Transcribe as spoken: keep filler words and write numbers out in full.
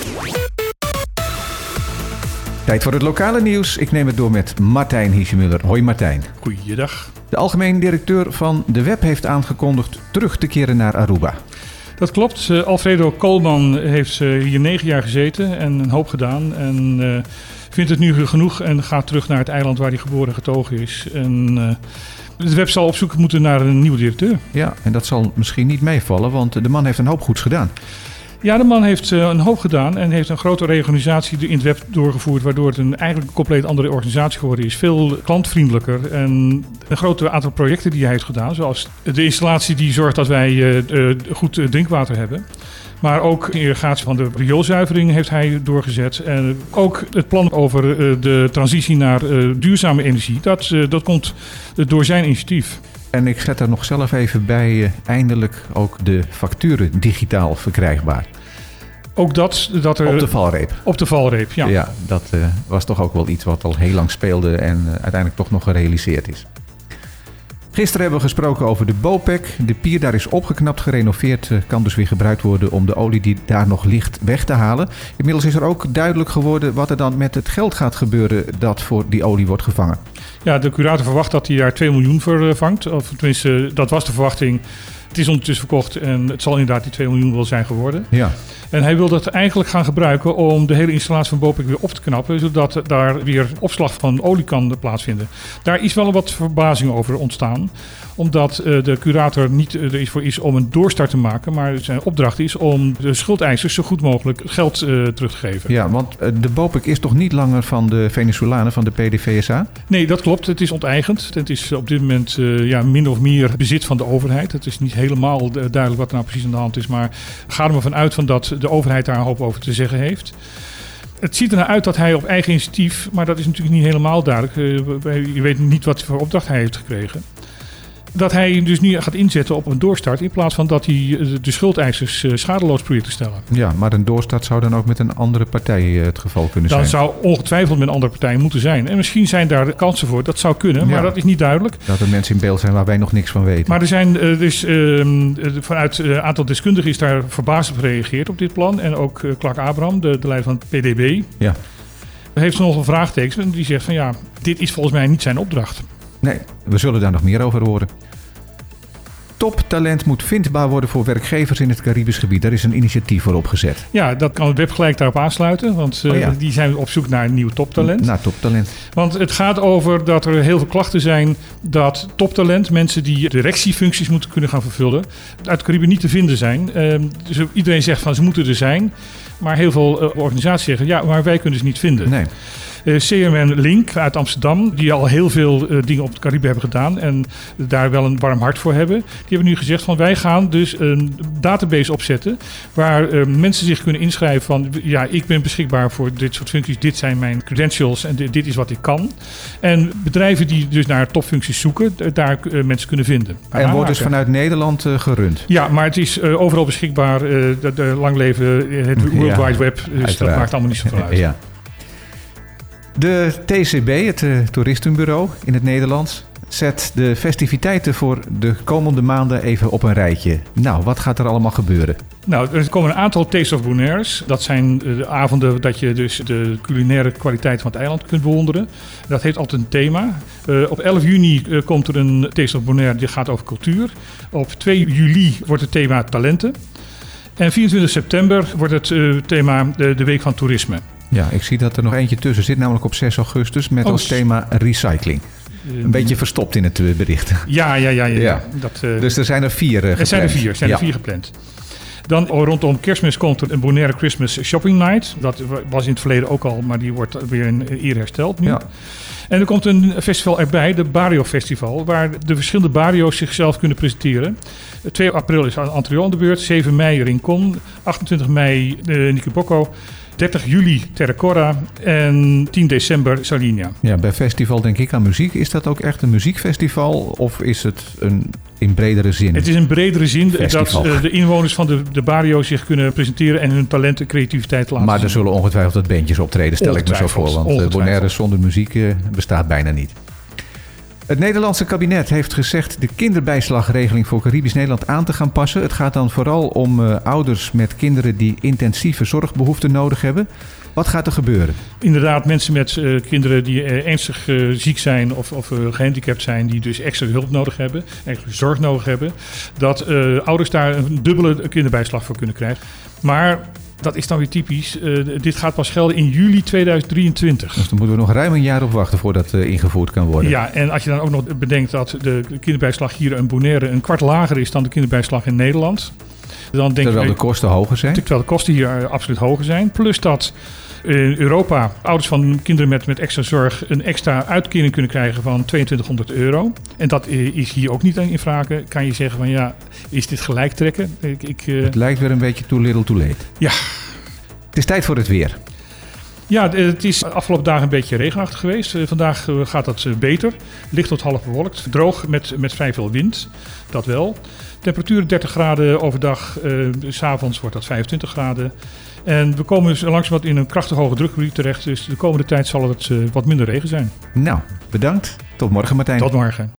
Tijd voor het lokale nieuws. Ik neem het door met Martijn Hiesemuller. Hoi Martijn. Goeiedag. De algemeen directeur van de Web heeft aangekondigd terug te keren naar Aruba. Dat klopt. Uh, Alfredo Koolman heeft uh, hier negen jaar gezeten en een hoop gedaan. En uh, vindt het nu genoeg en gaat terug naar het eiland waar hij geboren en getogen is. En uh, de Web zal op zoek moeten naar een nieuwe directeur. Ja, en dat zal misschien niet meevallen, want de man heeft een hoop goeds gedaan. Ja, de man heeft uh, een hoop gedaan en heeft een grote reorganisatie in het web doorgevoerd, waardoor het een eigenlijk een compleet andere organisatie geworden is. Veel klantvriendelijker en een groot aantal projecten die hij heeft gedaan, zoals de installatie die zorgt dat wij uh, uh, goed uh, drinkwater hebben. Maar ook de irrigatie van de rioolzuivering heeft hij doorgezet. En ook het plan over uh, de transitie naar uh, duurzame energie, dat, uh, dat komt uh, door zijn initiatief. En ik zet er nog zelf even bij, uh, eindelijk ook de facturen digitaal verkrijgbaar. Ook dat, dat er... Op de valreep. Op de valreep, ja. Ja, dat uh, was toch ook wel iets wat al heel lang speelde en uh, uiteindelijk toch nog gerealiseerd is. Gisteren hebben we gesproken over de BOPEC. De pier daar is opgeknapt, gerenoveerd. Uh, kan dus weer gebruikt worden om de olie die daar nog ligt weg te halen. Inmiddels is er ook duidelijk geworden wat er dan met het geld gaat gebeuren dat voor die olie wordt gevangen. Ja, de curator verwacht dat hij daar twee miljoen voor vangt. Of tenminste, dat was de verwachting. Het is ondertussen verkocht en het zal inderdaad die twee miljoen wel zijn geworden. Ja. En hij wil dat eigenlijk gaan gebruiken om de hele installatie van BOPEC weer op te knappen, zodat daar weer opslag van olie kan plaatsvinden. Daar is wel wat verbazing over ontstaan, omdat uh, de curator niet uh, er is voor is om een doorstart te maken, maar zijn opdracht is om de schuldeisers zo goed mogelijk geld uh, terug te geven. Ja, want uh, de BOPEC is toch niet langer van de Venezolanen, van de P D V S A? Nee, dat klopt. Het is onteigend. Het is op dit moment uh, ja, min of meer bezit van de overheid. Het is niet helemaal duidelijk wat er nou precies aan de hand is, maar ga er maar van uit van dat de overheid daar een hoop over te zeggen heeft. Het ziet er nou uit dat hij op eigen initiatief, maar dat is natuurlijk niet helemaal duidelijk. Uh, je weet niet wat voor opdracht hij heeft gekregen. Dat hij dus nu gaat inzetten op een doorstart in plaats van dat hij de schuldeisers schadeloos probeert te stellen. Ja, maar een doorstart zou dan ook met een andere partij het geval kunnen zijn. Dan zou ongetwijfeld met een andere partij moeten zijn. En misschien zijn daar kansen voor, dat zou kunnen, maar ja, dat is niet duidelijk. Dat er mensen in beeld zijn waar wij nog niks van weten. Maar er zijn uh, dus uh, vanuit een uh, aantal deskundigen is daar verbaasd op gereageerd op dit plan. En ook uh, Clark Abraham, de, de leider van het P D B, ja, heeft nog een vraagteken. Die zegt van ja, dit is volgens mij niet zijn opdracht. Nee, we zullen daar nog meer over horen. Toptalent moet vindbaar worden voor werkgevers in het Caribisch gebied. Daar is een initiatief voor opgezet. Ja, dat kan het web gelijk daarop aansluiten. Want uh, oh ja. die zijn op zoek naar een nieuw toptalent. Naar toptalent. Want het gaat over dat er heel veel klachten zijn dat toptalent, mensen die directiefuncties moeten kunnen gaan vervullen, uit het Caribisch niet te vinden zijn. Uh, dus iedereen zegt van ze moeten er zijn. Maar heel veel uh, organisaties zeggen ja, maar wij kunnen ze niet vinden. Nee. Uh, C M N Link uit Amsterdam, die al heel veel uh, dingen op het Caribe hebben gedaan en daar wel een warm hart voor hebben. Die hebben nu gezegd van wij gaan dus een database opzetten waar uh, mensen zich kunnen inschrijven van ja, ik ben beschikbaar voor dit soort functies, dit zijn mijn credentials en dit, dit is wat ik kan. En bedrijven die dus naar topfuncties zoeken, daar uh, mensen kunnen vinden. En wordt dus vanuit Nederland uh, gerund? Ja, maar het is uh, overal beschikbaar. Uh, de, de lang leven het World Wide Web, dus uiteraard. Dat maakt allemaal niet zoveel uit. Ja. De T C B, het uh, toeristenbureau in het Nederlands, zet de festiviteiten voor de komende maanden even op een rijtje. Nou, wat gaat er allemaal gebeuren? Nou, er komen een aantal Taste of Bonaires. Dat zijn de avonden dat je dus de culinaire kwaliteit van het eiland kunt bewonderen. Dat heeft altijd een thema. Uh, op elf juni uh, komt er een Taste of Bonaire die gaat over cultuur. Op twee juli wordt het thema talenten. En vierentwintig september wordt het uh, thema de, de Week van Toerisme. Ja, ik zie dat er nog eentje tussen zit, namelijk op zes augustus met oh, als thema recycling. Een uh, beetje verstopt in het uh, bericht. Ja, ja, ja. ja, ja. Dat, uh, dus er zijn er vier uh, gepland. Er zijn er vier, zijn ja. er vier gepland. Dan rondom Kerstmis komt er een Bonaire Christmas Shopping Night. Dat was in het verleden ook al, maar die wordt weer in eer hersteld nu. Ja. En er komt een festival erbij, de Barrio Festival, waar de verschillende barrio's zichzelf kunnen presenteren. twee april is Antreon aan de beurt, zeven mei Rincon, achtentwintig mei uh, Niquibocco, dertig juli Terracora en tien december Salinia. Ja, bij festival denk ik aan muziek. Is dat ook echt een muziekfestival of is het een in bredere zin? Het is in bredere zin festival. Dat uh, de inwoners van de, de barrio zich kunnen presenteren en hun talent en creativiteit laten Maar er zien. zullen ongetwijfeld wat bandjes optreden, stel ik me zo voor. Want Bonaire zonder muziek uh, bestaat bijna niet. Het Nederlandse kabinet heeft gezegd de kinderbijslagregeling voor Caribisch Nederland aan te gaan passen. Het gaat dan vooral om uh, ouders met kinderen die intensieve zorgbehoeften nodig hebben. Wat gaat er gebeuren? Inderdaad, mensen met uh, kinderen die uh, ernstig uh, ziek zijn of, of uh, gehandicapt zijn, die dus extra hulp nodig hebben, extra zorg nodig hebben, dat uh, ouders daar een dubbele kinderbijslag voor kunnen krijgen. Maar dat is dan weer typisch. Uh, dit gaat pas gelden in juli tweeduizend drieëntwintig. Dus dan moeten we nog ruim een jaar op wachten voordat het uh, ingevoerd kan worden. Ja, en als je dan ook nog bedenkt dat de kinderbijslag hier in Bonaire een kwart lager is dan de kinderbijslag in Nederland. Dan denk terwijl je, de kosten hoger zijn? Terwijl de kosten hier uh, absoluut hoger zijn. Plus dat in Europa ouders van kinderen met, met extra zorg een extra uitkering kunnen krijgen van tweeëntwintighonderd euro. En dat is hier ook niet in vragen. Kan je zeggen van ja, is dit gelijk trekken? Ik, ik, uh... Het lijkt weer een beetje too little too late. Ja. Het is tijd voor het weer. Ja, het is de afgelopen dagen een beetje regenachtig geweest. Vandaag gaat het beter. Licht tot half bewolkt. Droog met, met vrij veel wind. Dat wel. Temperatuur dertig graden overdag. Uh, 's avonds wordt dat vijfentwintig graden. En we komen dus langzamerhand in een krachtig hoge drukgebied terecht. Dus de komende tijd zal het uh, wat minder regen zijn. Nou, bedankt. Tot morgen, Martijn. Tot morgen.